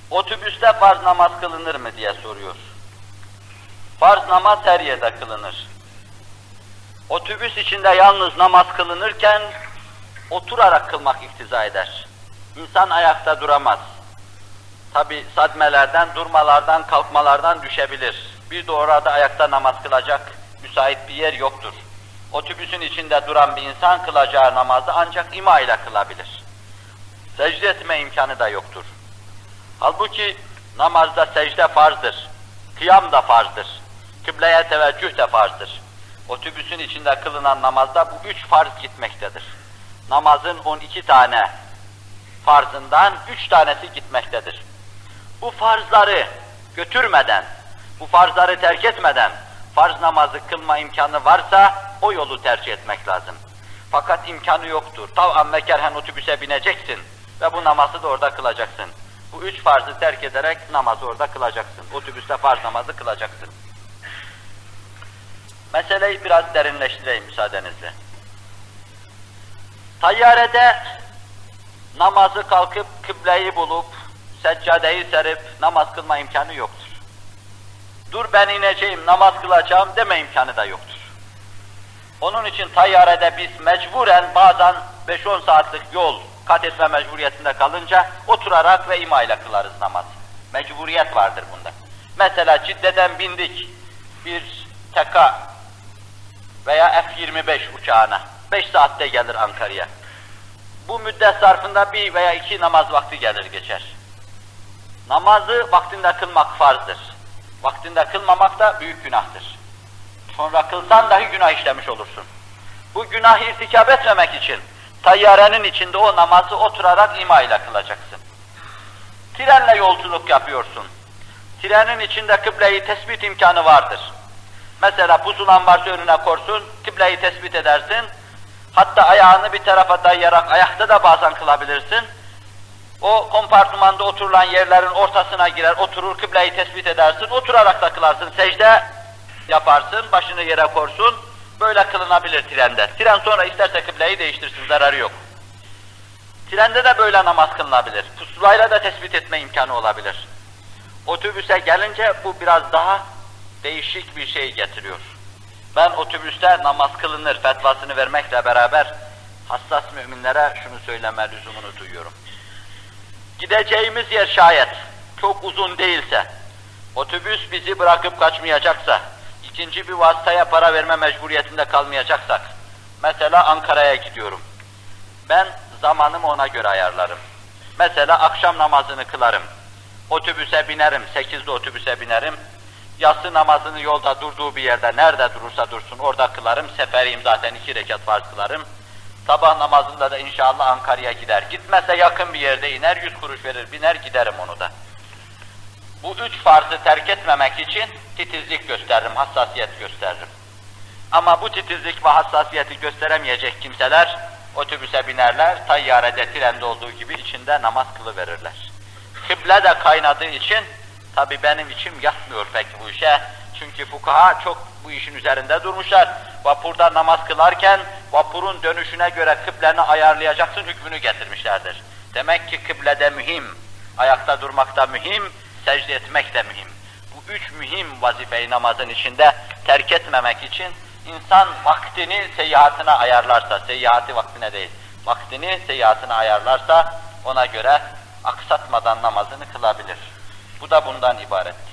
Otobüste farz namaz kılınır mı diye soruyor. Farz namaz her yerde kılınır. Otobüs içinde yalnız namaz kılınırken oturarak kılmak iktiza eder. İnsan ayakta duramaz. Tabi sadmelerden, durmalardan, kalkmalardan düşebilir. Bir de orada ayakta namaz kılacak müsait bir yer yoktur. Otobüsün içinde duran bir insan kılacağı namazı ancak ima ile kılabilir. Secde etme imkanı da yoktur. Halbuki namazda secde farzdır, kıyam da farzdır, kıbleye teveccüh de farzdır. Otobüsün içinde kılınan namazda bu 3 farz gitmektedir. Namazın 12 tane farzından 3 tanesi gitmektedir. Bu farzları götürmeden, bu farzları terk etmeden farz namazı kılma imkanı varsa o yolu tercih etmek lazım. Fakat imkanı yoktur. Tav'an ve kerhen otobüse bineceksin ve bu namazı da orada kılacaksın. Bu 3 farzı terk ederek namazı orada kılacaksın. Otobüste farz namazı kılacaksın. Meseleyi biraz derinleştireyim müsaadenizle. Tayyarede namazı kalkıp kıbleyi bulup seccadeyi serip namaz kılma imkanı yoktur. Dur ben ineceğim, namaz kılacağım deme imkanı da yoktur. Onun için tayyarede biz mecburen bazen 5-10 saatlik yol kat etme mecburiyetinde kalınca oturarak ve ima ile kılarız namaz. Mecburiyet vardır bunda. Mesela Cidde'den bindik bir TK veya F-25 uçağına. 5 saatte gelir Ankara'ya. Bu müddet zarfında 1 veya 2 namaz vakti gelir geçer. Namazı vaktinde kılmak farzdır. Vaktinde kılmamak da büyük günahtır. Sonra kılsan dahi günah işlemiş olursun. Bu günahı irtikab etmemek için tayyarenin içinde o namazı oturarak ima ile kılacaksın. Trenle yolculuk yapıyorsun. Trenin içinde kıbleyi tespit imkanı vardır. Mesela pusulan varsa önüne korsun, kıbleyi tespit edersin. Hatta ayağını bir tarafa dayayarak ayakta da bazen kılabilirsin. O kompartımanda oturulan yerlerin ortasına girer, oturur, kıbleyi tespit edersin, oturarak da kılarsın, secde yaparsın, başını yere korsun, böyle kılınabilir trende. Tren sonra isterse kıbleyi değiştirsin, zararı yok. Trende de böyle namaz kılınabilir, pusulayla da tespit etme imkanı olabilir. Otobüse gelince bu biraz daha değişik bir şey getiriyor. Ben otobüste namaz kılınır fetvasını vermekle beraber hassas müminlere şunu söyleme lüzumunu duyuyorum. Gideceğimiz yer şayet çok uzun değilse, otobüs bizi bırakıp kaçmayacaksa, ikinci bir vasıtaya para verme mecburiyetinde kalmayacaksak, mesela Ankara'ya gidiyorum. Ben zamanımı ona göre ayarlarım. Mesela akşam namazını kılarım. Otobüse binerim, 8'de otobüse binerim. Yatsı namazını yolda durduğu bir yerde, nerede durursa dursun orada kılarım. Seferiyim zaten 2 rekat farz kılarım. Sabah namazında da inşallah Ankara'ya gider. Gitmezse yakın bir yerde iner, 100 kuruş verir, biner giderim onu da. Bu 3 farzı terk etmemek için titizlik gösteririm, hassasiyet gösteririm. Ama bu titizlik ve hassasiyeti gösteremeyecek kimseler otobüse binerler, tayyarede, trende olduğu gibi içinde namaz kılıverirler. Kıble de kaynadığı için, tabi benim içim yatmıyor pek bu işe. Çünkü fukaha çok bu işin üzerinde durmuşlar. Vapurda namaz kılarken, vapurun dönüşüne göre kıbleni ayarlayacaksın hükmünü getirmişlerdir. Demek ki kıblede mühim, ayakta durmak da mühim, secde etmek de mühim. Bu 3 mühim vazifeyi namazın içinde terk etmemek için insan vaktini seyahatine ayarlarsa, seyahati vaktine değil, vaktini seyahatine ayarlarsa ona göre aksatmadan namazını kılabilir. Bu da bundan ibaret.